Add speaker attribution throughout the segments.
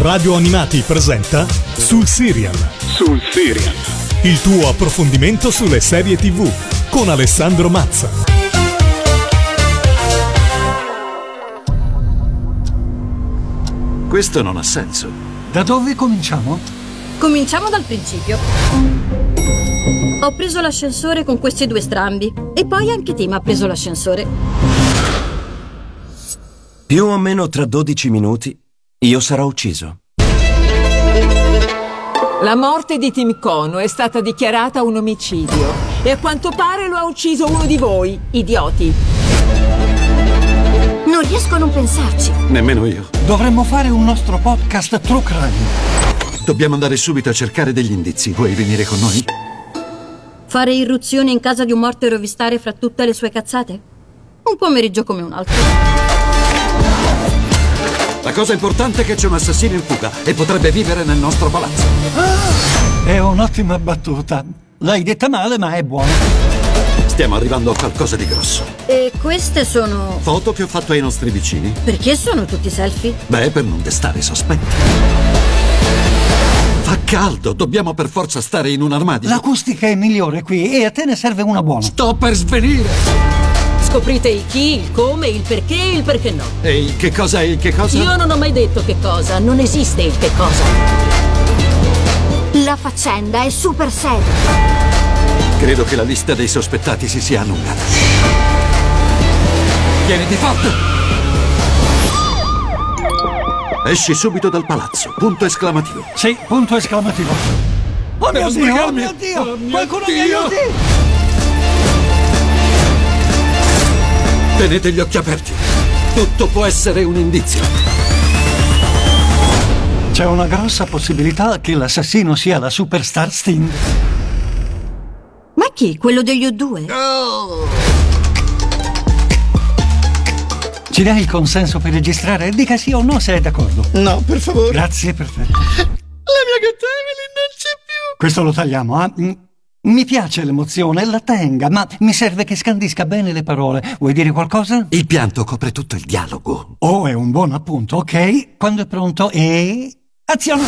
Speaker 1: Radio Animati presenta Sul Serial. Sul Serial. Il tuo approfondimento sulle serie TV con Alessandro Mazza.
Speaker 2: Questo non ha senso.
Speaker 3: Da dove cominciamo?
Speaker 4: Cominciamo dal principio. Ho preso l'ascensore con questi due strambi e poi anche Tim ha preso l'ascensore.
Speaker 5: Più o meno tra 12 minuti io sarò ucciso.
Speaker 6: La morte di Tim Kono è stata dichiarata un omicidio e a quanto pare lo ha ucciso uno di voi, idioti.
Speaker 4: Non riesco a non pensarci.
Speaker 2: Nemmeno io.
Speaker 3: Dovremmo fare un nostro podcast True Crime.
Speaker 2: Dobbiamo andare subito a cercare degli indizi. Vuoi venire con noi?
Speaker 4: Fare irruzione in casa di un morto e rovistare fra tutte le sue cazzate? Un pomeriggio come un altro.
Speaker 2: La cosa importante è che c'è un assassino in fuga e potrebbe vivere nel nostro palazzo.
Speaker 3: È un'ottima battuta. L'hai detta male, ma è buona.
Speaker 2: Stiamo arrivando a qualcosa di grosso.
Speaker 4: E queste sono...
Speaker 2: Foto che ho fatto ai nostri vicini.
Speaker 4: Perché sono tutti selfie?
Speaker 2: Beh, per non destare sospetti. Fa caldo, dobbiamo per forza stare in un armadio.
Speaker 3: L'acustica è migliore qui e a te ne serve una buona.
Speaker 2: Sto per svenire.
Speaker 6: Scoprite il chi, il come, il perché e il perché no.
Speaker 2: E il che cosa è il che cosa?
Speaker 6: Io non ho mai detto che cosa, non esiste il che cosa.
Speaker 4: La faccenda è super seria.
Speaker 2: Credo che la lista dei sospettati si sia allungata. Tieniti forte! Esci subito dal palazzo, punto esclamativo.
Speaker 3: Sì, punto esclamativo. Oh mio Dio, oh mio Dio!
Speaker 2: Oh mio
Speaker 3: Qualcuno mi
Speaker 2: Dio!
Speaker 3: aiuti!
Speaker 2: Tenete gli occhi aperti. Tutto può essere un indizio.
Speaker 3: C'è una grossa possibilità che l'assassino sia la superstar Sting.
Speaker 4: Ma chi? Quello degli U2?
Speaker 3: Ci dai il consenso per registrare? Dica sì o no se è d'accordo.
Speaker 2: No, per favore.
Speaker 3: Grazie, perfetto.
Speaker 2: La mia gatta Evelyn non c'è più.
Speaker 3: Questo lo tagliamo, ah? Mi piace l'emozione, la tenga, ma mi serve che scandisca bene le parole. Vuoi dire qualcosa?
Speaker 2: Il pianto copre tutto il dialogo.
Speaker 3: Oh, è un buon appunto, ok? Quando è pronto azione!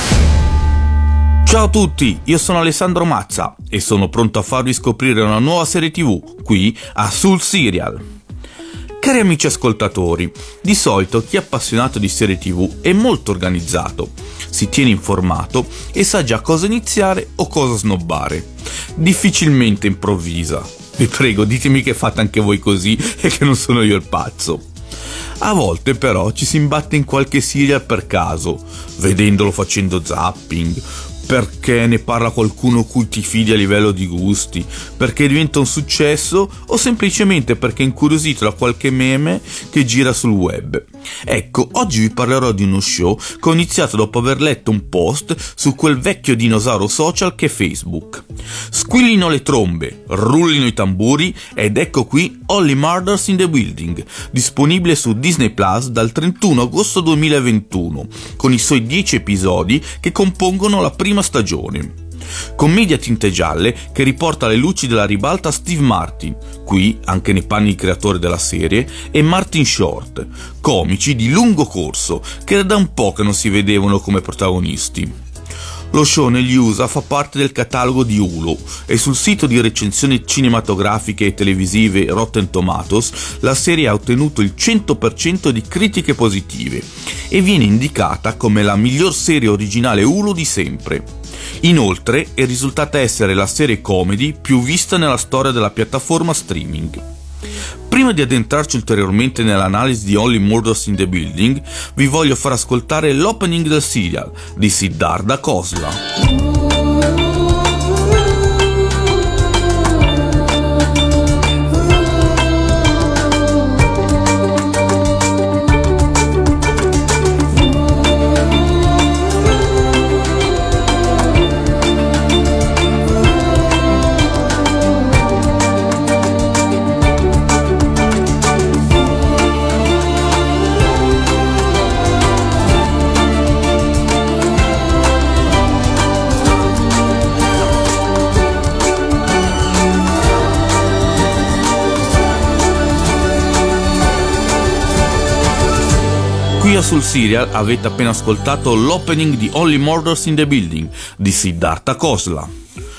Speaker 7: Ciao a tutti, io sono Alessandro Mazza e sono pronto a farvi scoprire una nuova serie TV, qui a Sul Serial. Cari amici ascoltatori, di solito chi è appassionato di serie TV è molto organizzato, si tiene informato e sa già cosa iniziare o cosa snobbare. Difficilmente improvvisa. Vi prego, ditemi che fate anche voi così e che non sono io il pazzo. A volte però ci si imbatte in qualche serial per caso, vedendolo facendo zapping, perché ne parla qualcuno cui ti fidi a livello di gusti, perché diventa un successo o semplicemente perché è incuriosito da qualche meme che gira sul web. Ecco, oggi vi parlerò di uno show che ho iniziato dopo aver letto un post su quel vecchio dinosauro social che è Facebook. Squillino le trombe, rullino i tamburi ed ecco qui Only Murders in the Building, disponibile su Disney Plus dal 31 agosto 2021, con i suoi 10 episodi che compongono la prima stagione. Commedia a tinte gialle che riporta alle luci della ribalta Steve Martin, qui anche nei panni di creatore della serie, e Martin Short, comici di lungo corso che era da un po' che non si vedevano come protagonisti. Lo show negli USA fa parte del catalogo di Hulu e sul sito di recensioni cinematografiche e televisive Rotten Tomatoes la serie ha ottenuto il 100% di critiche positive e viene indicata come la miglior serie originale Hulu di sempre. Inoltre è risultata essere la serie comedy più vista nella storia della piattaforma streaming. Prima di addentrarci ulteriormente nell'analisi di Only Murders in the Building, vi voglio far ascoltare l'opening del serial di Siddhartha Khosla. sul Serial avete appena ascoltato l'opening di Only Murders in the Building di Siddhartha Khosla.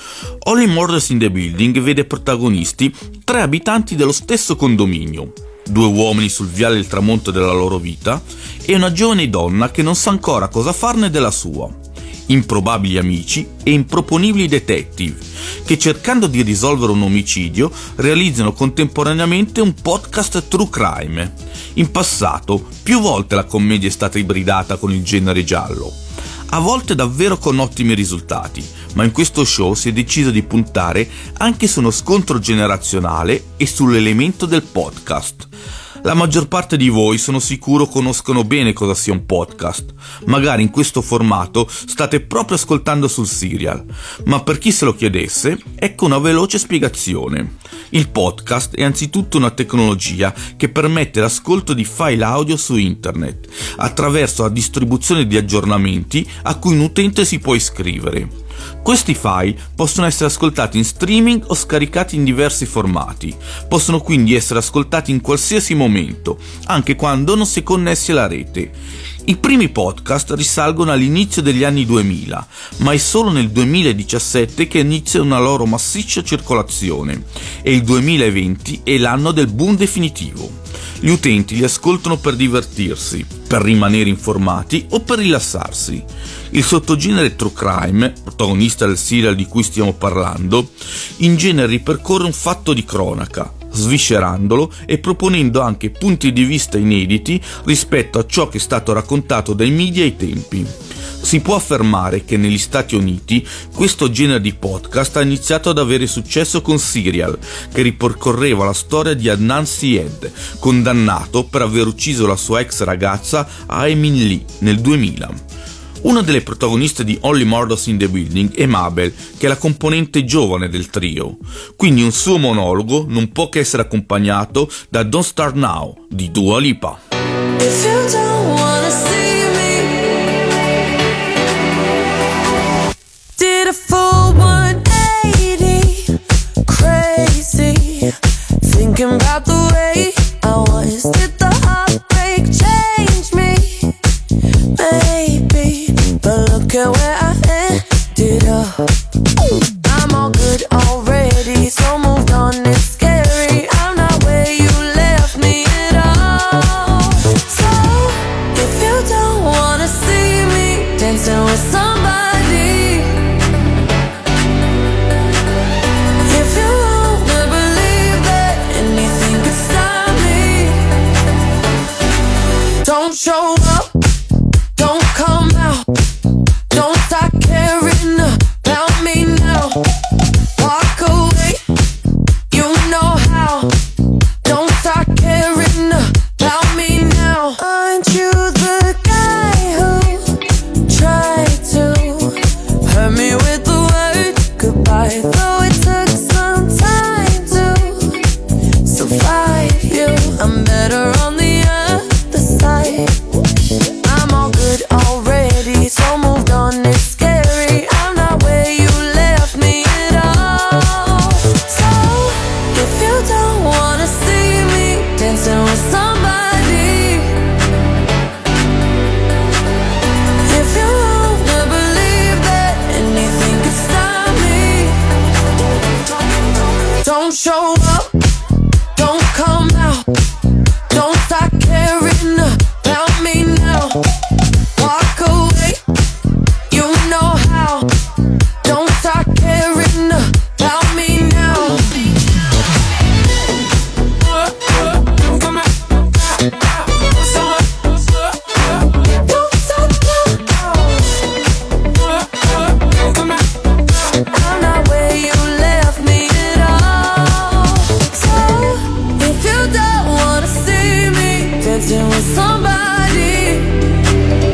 Speaker 7: Only Murders in the Building vede protagonisti 3 abitanti dello stesso condominio, 2 uomini sul viale del tramonto della loro vita e una giovane donna che non sa ancora cosa farne della sua. Improbabili amici e improponibili detective che, cercando di risolvere un omicidio, realizzano contemporaneamente un podcast true crime. In passato più volte la commedia è stata ibridata con il genere giallo, a volte davvero con ottimi risultati, ma in questo show si è deciso di puntare anche su uno scontro generazionale e sull'elemento del podcast. La maggior parte di voi, sono sicuro, conoscono bene cosa sia un podcast. Magari in questo formato state proprio ascoltando sul Serial, ma per chi se lo chiedesse, ecco una veloce spiegazione. Il podcast è anzitutto una tecnologia che permette l'ascolto di file audio su internet, attraverso la distribuzione di aggiornamenti a cui un utente si può iscrivere. Questi file possono essere ascoltati in streaming o scaricati in diversi formati, possono quindi essere ascoltati in qualsiasi momento, anche quando non si è connessi alla rete. I primi podcast risalgono all'inizio degli anni 2000, ma è solo nel 2017 che inizia una loro massiccia circolazione, e il 2020 è l'anno del boom definitivo. Gli utenti li ascoltano per divertirsi, per rimanere informati o per rilassarsi. Il sottogenere true crime, protagonista del serial di cui stiamo parlando, in genere ripercorre un fatto di cronaca, sviscerandolo e proponendo anche punti di vista inediti rispetto a ciò che è stato raccontato dai media ai tempi. Si può affermare che negli Stati Uniti questo genere di podcast ha iniziato ad avere successo con Serial, che ripercorreva la storia di Adnan Syed, condannato per aver ucciso la sua ex ragazza Aemin Lee nel 2000. Una delle protagoniste di Only Murders in the Building è Mabel, che è la componente giovane del trio, quindi un suo monologo non può che essere accompagnato da Don't Start Now di Dua Lipa.
Speaker 8: If you don't wanna see me, did a full 180, crazy, thinking about the way I was. Did the heartbreak change me? Maybe, but look at where I ended up. I'm all good already, so moved on, it's scary. I'm not where you left me at all. So, if you don't wanna see me dancing with somebody, if you wanna believe that anything could stop me, don't show up, don't come out, don't start caring about me now. Walk away, you know how. Don't start caring about me now. Aren't you the guy who tried to hurt me with the word goodbye? Though it took some time to survive you, I'm better on the other side. I'm all good already, so moved on, it's scary. I'm not where you left me at all. So, if you don't wanna see me dancing with somebody, if you wanna believe that anything could stop me, don't show up, don't come out, don't start caring about me now. Walk away, you know how. Don't start caring about me now. Don't stop now. I'm not where you left me at all. So, if you don't wanna see me dancing with somebody,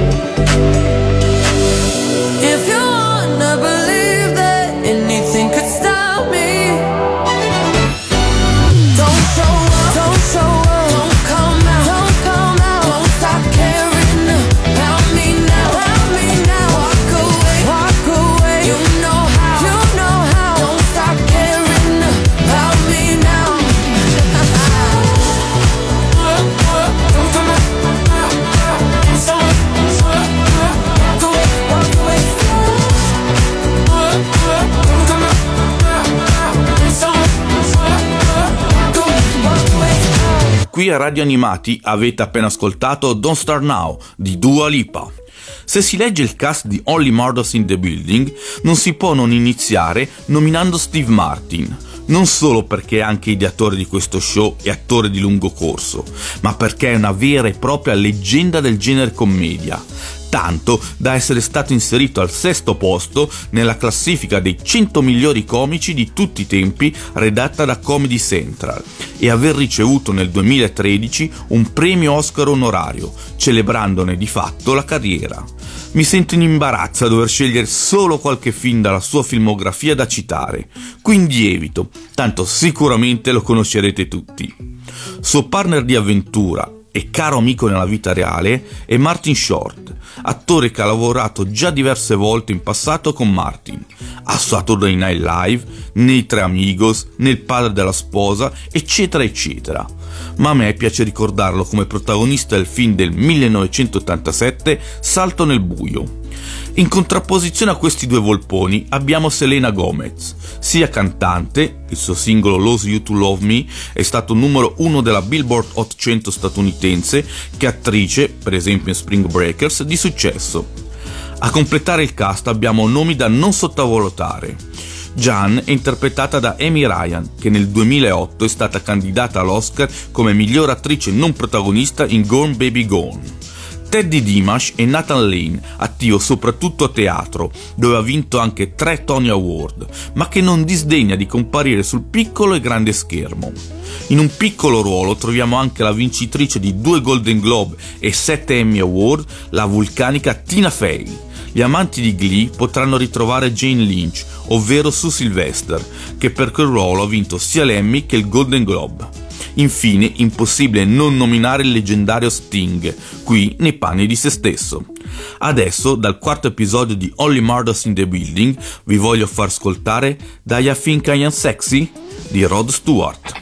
Speaker 7: Qui a Radio Animati avete appena ascoltato Don't Start Now di Dua Lipa. Se si legge il cast di Only Murders in the Building, non si può non iniziare nominando Steve Martin, non solo perché è anche ideatore di questo show e attore di lungo corso, ma perché è una vera e propria leggenda del genere commedia, tanto da essere stato inserito al 6º posto nella classifica dei 100 migliori comici di tutti i tempi redatta da Comedy Central e aver ricevuto nel 2013 un premio Oscar onorario, celebrandone di fatto la carriera. Mi sento in imbarazzo a dover scegliere solo qualche film dalla sua filmografia da citare, quindi evito, tanto sicuramente lo conoscerete tutti. Suo partner di avventura e caro amico nella vita reale è Martin Short, attore che ha lavorato già diverse volte in passato con Martin, a Saturday Night Live, nei Tre Amigos, nel Padre della Sposa, eccetera eccetera. Ma a me piace ricordarlo come protagonista del film del 1987 Salto nel buio. In contrapposizione a questi due volponi abbiamo Selena Gomez, sia cantante, il suo singolo Lose You to Love Me è stato numero 1 della Billboard Hot 100 statunitense, che attrice, per esempio in Spring Breakers, di successo. A completare il cast abbiamo nomi da non sottovalutare. Jan è interpretata da Amy Ryan, che nel 2008 è stata candidata all'Oscar come miglior attrice non protagonista in Gone Baby Gone. Teddy Dimash è Nathan Lane, attivo soprattutto a teatro, dove ha vinto anche 3 Tony Award, ma che non disdegna di comparire sul piccolo e grande schermo. In un piccolo ruolo troviamo anche la vincitrice di 2 Golden Globe e 7 Emmy Award, la vulcanica Tina Fey. Gli amanti di Glee potranno ritrovare Jane Lynch, ovvero Sue Sylvester, che per quel ruolo ha vinto sia l'Emmy che il Golden Globe. Infine, impossibile non nominare il leggendario Sting, qui nei panni di se stesso. Adesso, dal 4º episodio di Only Murders in the Building, vi voglio far ascoltare Do You Think I Am Sexy? Di Rod Stewart.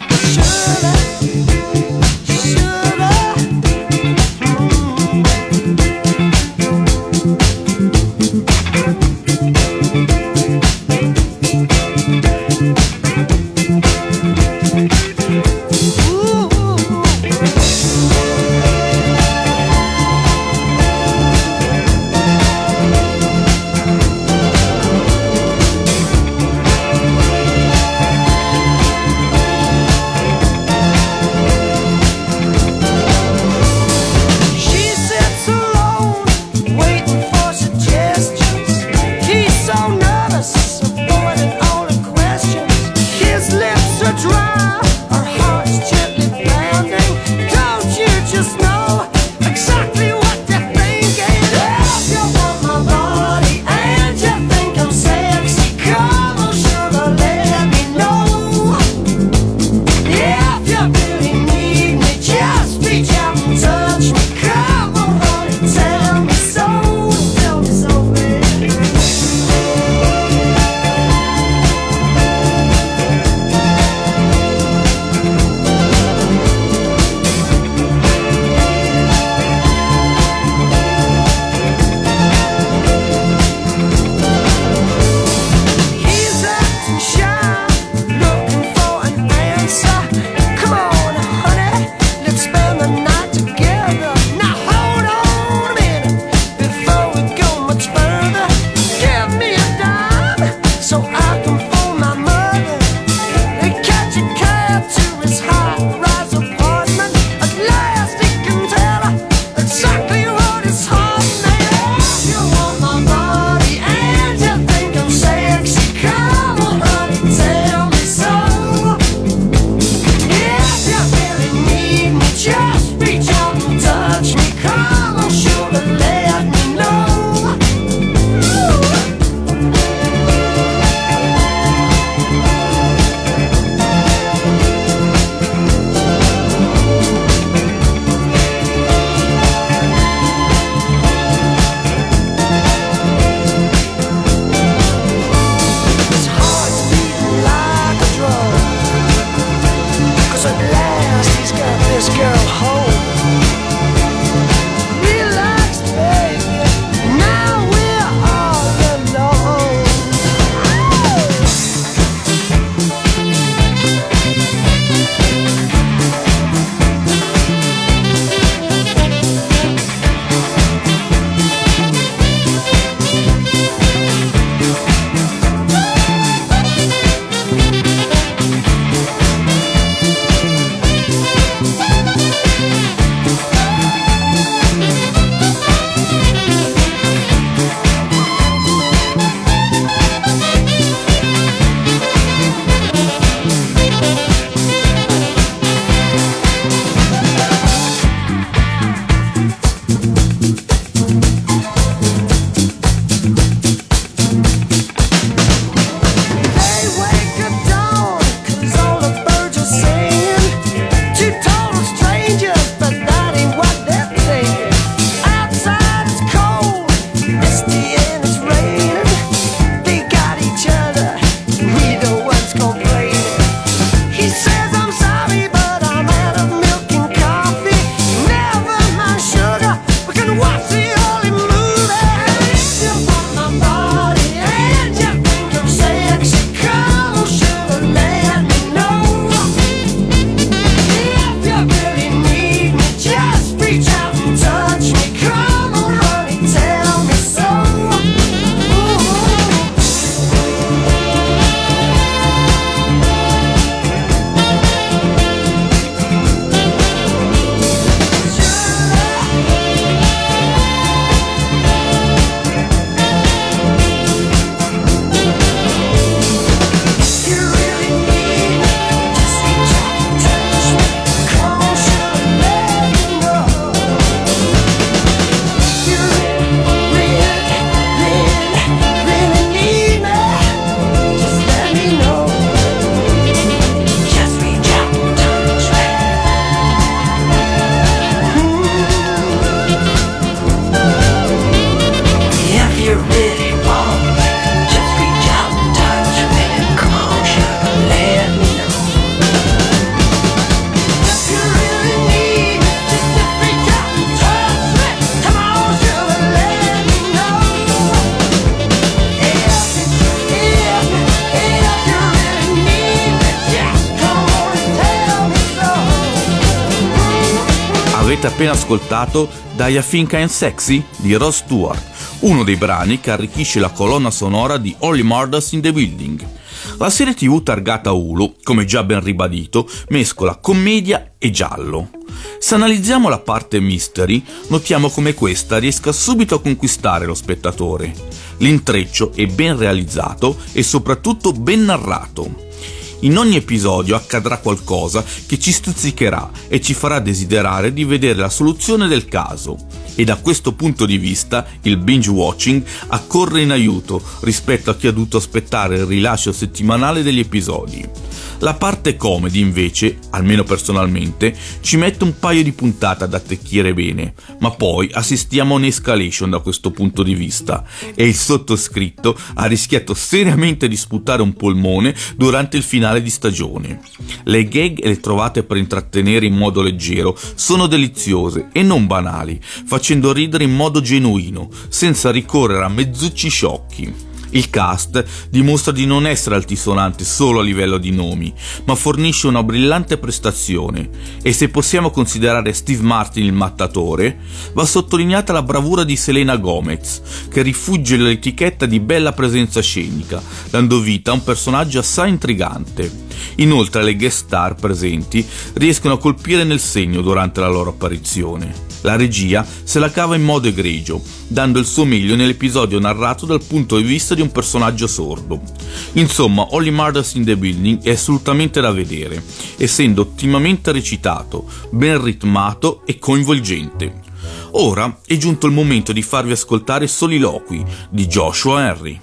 Speaker 7: Avete appena ascoltato Do You Think I'm Sexy di Rod Stewart, uno dei brani che arricchisce la colonna sonora di Only Murders in the Building. La serie TV targata Hulu, come già ben ribadito, mescola commedia e giallo. Se analizziamo la parte mystery, notiamo come questa riesca subito a conquistare lo spettatore. L'intreccio è ben realizzato e soprattutto ben narrato. In ogni episodio accadrà qualcosa che ci stuzzicherà e ci farà desiderare di vedere la soluzione del caso. E da questo punto di vista il binge watching accorre in aiuto rispetto a chi ha dovuto aspettare il rilascio settimanale degli episodi. La parte comedy invece, almeno personalmente, ci mette un paio di puntate ad attecchire bene, ma poi assistiamo a un'escalation da questo punto di vista e il sottoscritto ha rischiato seriamente di sputare un polmone durante il finale di stagione. Le gag le trovate per intrattenere in modo leggero, sono deliziose e non banali, facendo ridere in modo genuino, senza ricorrere a mezzucci sciocchi. Il cast dimostra di non essere altisonante solo a livello di nomi, ma fornisce una brillante prestazione, e se possiamo considerare Steve Martin il mattatore, va sottolineata la bravura di Selena Gomez, che rifugge l'etichetta di bella presenza scenica, dando vita a un personaggio assai intrigante. Inoltre le guest star presenti riescono a colpire nel segno durante la loro apparizione. La regia se la cava in modo egregio, dando il suo meglio nell'episodio narrato dal punto di vista di un personaggio sordo. Insomma, Only Murders in the Building è assolutamente da vedere, essendo ottimamente recitato, ben ritmato e coinvolgente. Ora è giunto il momento di farvi ascoltare Soliloqui di Joshua Henry.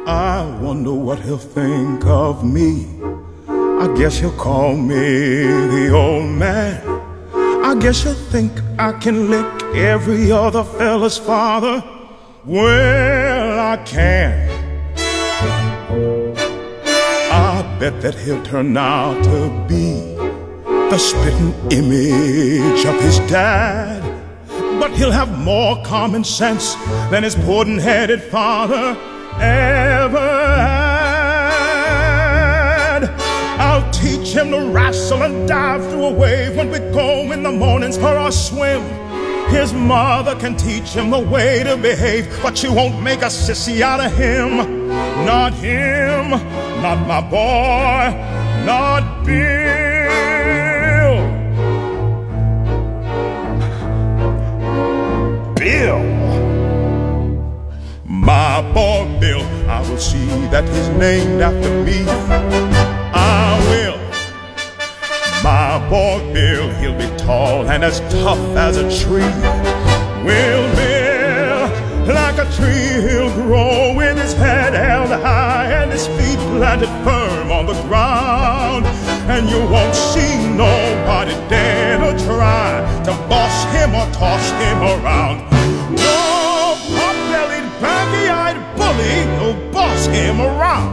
Speaker 9: I wonder what he'll think of me. I guess he'll call me the old man. I guess you'll think I can lick every other fella's father. Well, I can. I bet that he'll turn out to be the spitting image of his dad. But he'll have more common sense than his pudding-headed father ever had. I'll teach him to wrestle and dive through a wave when we go in the mornings for our swim. His mother can teach him the way to behave, but you won't make a sissy out of him. Not him, not my boy, not Bill. Bill. My boy Bill, I will see that he's named after me. I will. My boy Bill, he'll be tall and as tough as a tree. Will Bill, like a tree he'll grow with his head held high and his feet planted firm on the ground. And you won't see nobody dare to try to boss him or toss him around. No pot-bellied, baggy-eyed bully who'll boss him around.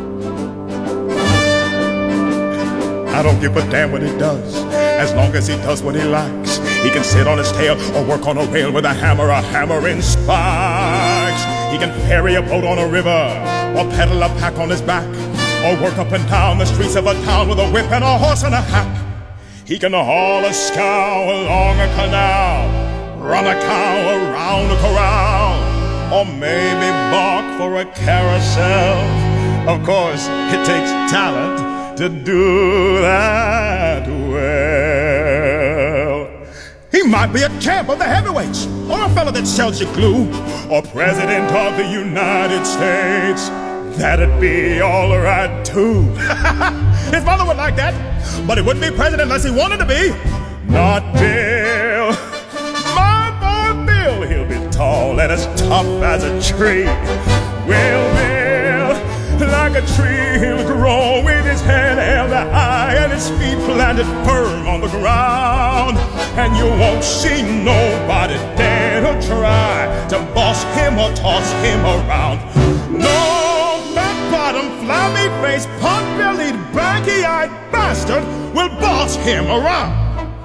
Speaker 9: I don't give a damn what he does, as long as he does what he likes. He can sit on his tail or work on a rail with a hammer in spikes. He can ferry a boat on a river or pedal a pack on his back, or work up and down the streets of a town with a whip and a horse and a hack. He can haul a scow along a canal, run a cow around a corral, or maybe bark for a carousel. Of course, it takes talent to do that well. He might be a champ of the heavyweights, or a fella that sells you glue, or president of the United States. That'd be all right too. His mother would like that, but he wouldn't be president unless he wanted to be. Not Bill. My boy Bill, he'll be tall and as tough as a tree. Will Bill, like a tree he'll grow with his head held high and his feet planted firm on the ground. And you won't see nobody dare to try to boss him or toss him around. No fat-bottom, flabby-faced, pot-bellied, baggy-eyed bastard will boss him around.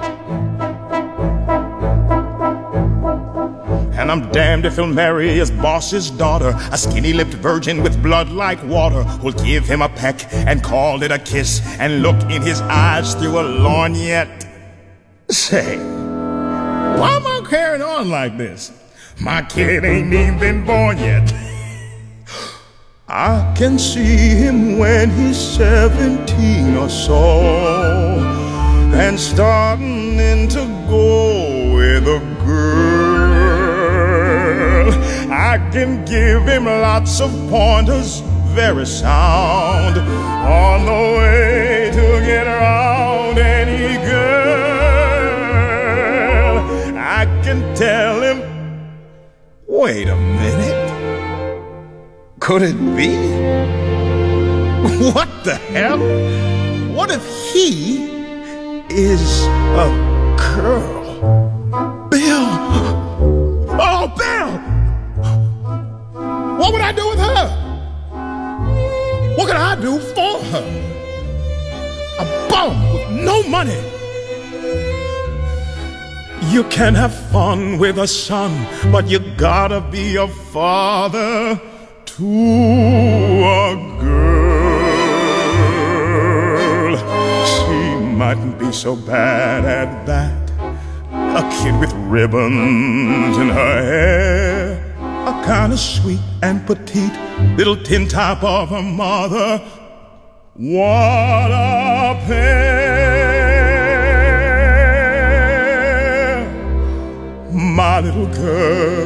Speaker 9: And I'm damned if he'll marry his boss's daughter, a skinny-lipped virgin with blood like water, who'll give him a peck and call it a kiss and look in his eyes through a lorgnette. Say, carrying on like this? My kid ain't even been born yet. I can see him when he's 17 or so, and starting to go with a girl. I can give him lots of pointers, very sound, on the way to get around any girl. I can tell him, wait a minute, could it be? What the hell? What if he is a girl? Bill! Oh, Bill! What would I do with her? What could I do for her? A bum with no money. You can have fun with a son, but you gotta be a father to a girl. She mightn't be so bad at that. A kid with ribbons in her hair, a kind of sweet and petite little tin type of a mother. What a pair, my little girl,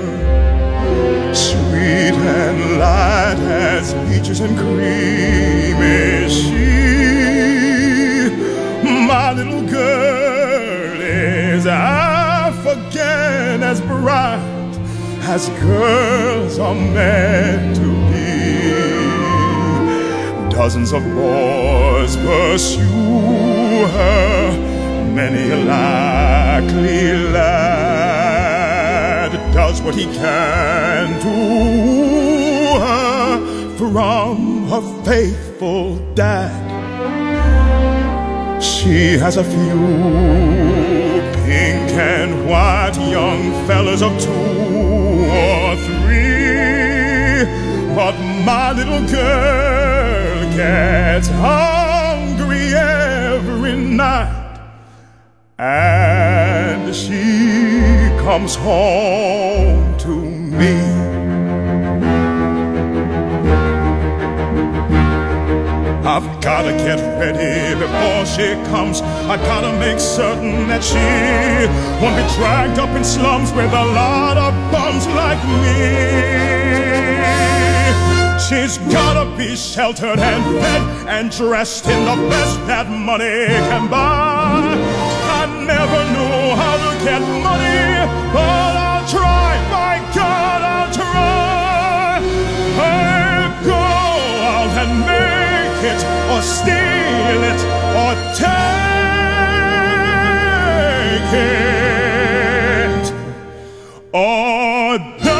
Speaker 9: sweet and light as peaches and cream is she. My little girl is African as bright as girls are meant to be. Dozens of boys pursue her, many a likely lad does what he can to woo her from her faithful dad. She has a few pink and white young fellas of 2 or 3, but my little girl gets hungry every night, and she comes home to me. I've gotta get ready before she comes. I gotta make certain that she won't be dragged up in slums with a lot of bums like me. She's gotta be sheltered and fed and dressed in the best that money can buy. I never knew how to get money, but I'll try, by God, I'll try. I'll go out and make it, or steal it, or take it, or die.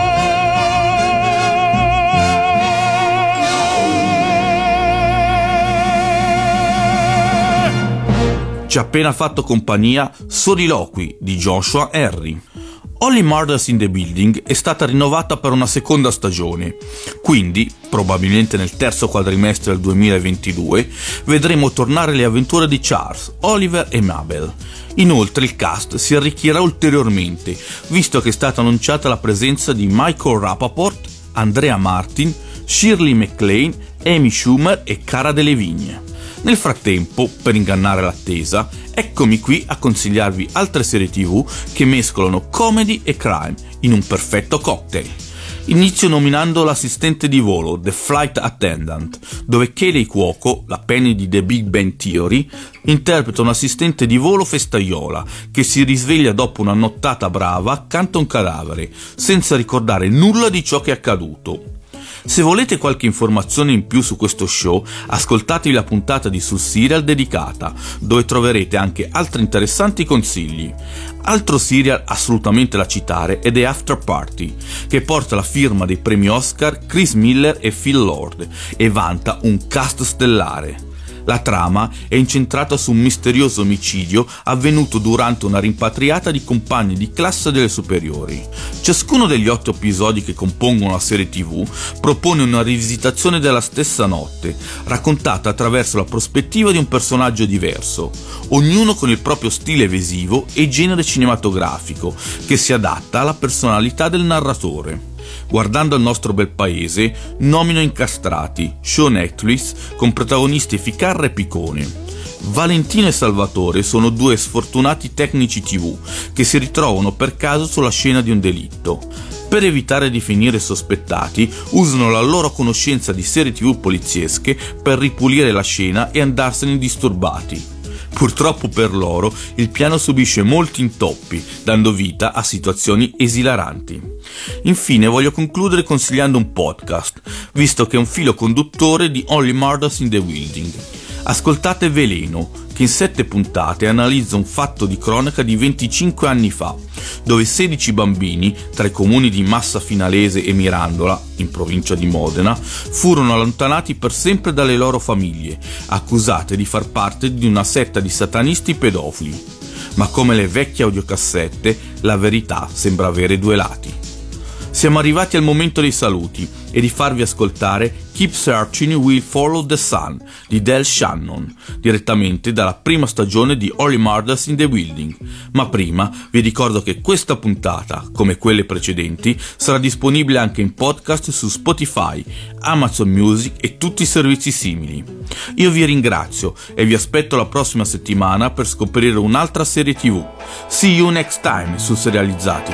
Speaker 7: Ci ha appena fatto compagnia Soliloqui di Joshua Henry. Only Murders in the Building è stata rinnovata per una seconda stagione, quindi, probabilmente nel terzo quadrimestre del 2022, vedremo tornare le avventure di Charles, Oliver e Mabel. Inoltre il cast si arricchirà ulteriormente, visto che è stata annunciata la presenza di Michael Rapaport, Andrea Martin, Shirley MacLaine, Amy Schumer e Cara Delevingne. Nel frattempo, per ingannare l'attesa, eccomi qui a consigliarvi altre serie TV che mescolano comedy e crime in un perfetto cocktail. Inizio nominando l'assistente di volo, The Flight Attendant, dove Kayleigh Cuoco, la Penny di The Big Bang Theory, interpreta un assistente di volo festaiola che si risveglia dopo una nottata brava accanto a un cadavere, senza ricordare nulla di ciò che è accaduto. Se volete qualche informazione in più su questo show, ascoltatevi la puntata di Sul Serial dedicata, dove troverete anche altri interessanti consigli. Altro serial assolutamente da citare è The After Party, che porta la firma dei premi Oscar Chris Miller e Phil Lord e vanta un cast stellare. La trama è incentrata su un misterioso omicidio avvenuto durante una rimpatriata di compagni di classe delle superiori. Ciascuno degli 8 episodi che compongono la serie TV propone una rivisitazione della stessa notte, raccontata attraverso la prospettiva di un personaggio diverso, ognuno con il proprio stile visivo e genere cinematografico che si adatta alla personalità del narratore. Guardando al nostro bel paese, nomino Incastrati, show Netflix con protagonisti Ficarra e Picone. Valentino e Salvatore sono 2 sfortunati tecnici TV che si ritrovano per caso sulla scena di un delitto. Per evitare di finire sospettati, usano la loro conoscenza di serie TV poliziesche per ripulire la scena e andarsene indisturbati. Purtroppo per loro, il piano subisce molti intoppi, dando vita a situazioni esilaranti. Infine voglio concludere consigliando un podcast, visto che è un filo conduttore di Only Murders in the Building. Ascoltate Veleno, che in 7 puntate analizza un fatto di cronaca di 25 anni fa, dove 16 bambini, tra i comuni di Massa Finalese e Mirandola, in provincia di Modena, furono allontanati per sempre dalle loro famiglie, accusate di far parte di una setta di satanisti pedofili. Ma come le vecchie audiocassette, la verità sembra avere 2 lati. Siamo arrivati al momento dei saluti e di farvi ascoltare Keep Searching Will Follow the Sun di Del Shannon, direttamente dalla prima stagione di Only Murders in the Building. Ma prima vi ricordo che questa puntata, come quelle precedenti, sarà disponibile anche in podcast su Spotify, Amazon Music e tutti i servizi simili. Io vi ringrazio e vi aspetto la prossima settimana per scoprire un'altra serie TV. See you next time su Serializzati.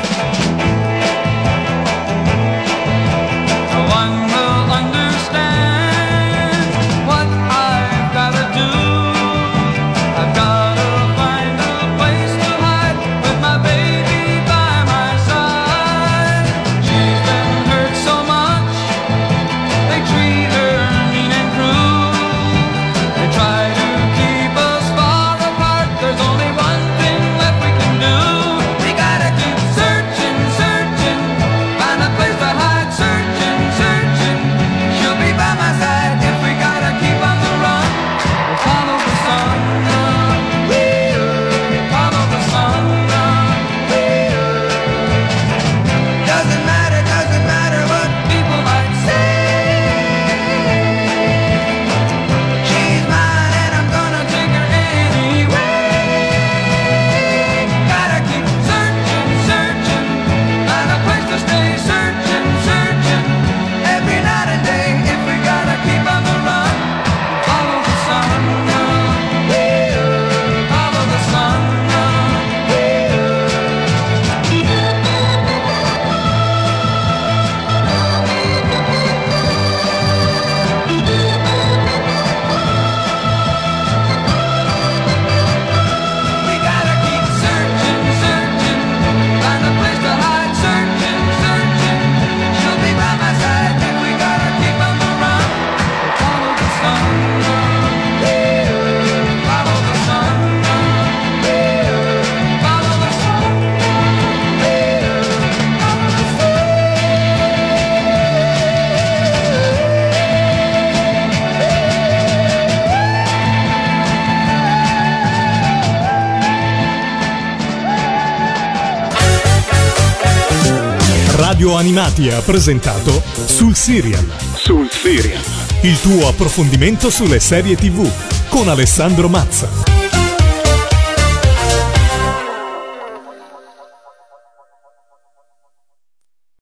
Speaker 1: Radio Animati ha presentato Sul Serial. Sul Serial. Il tuo approfondimento sulle serie TV con Alessandro Mazza.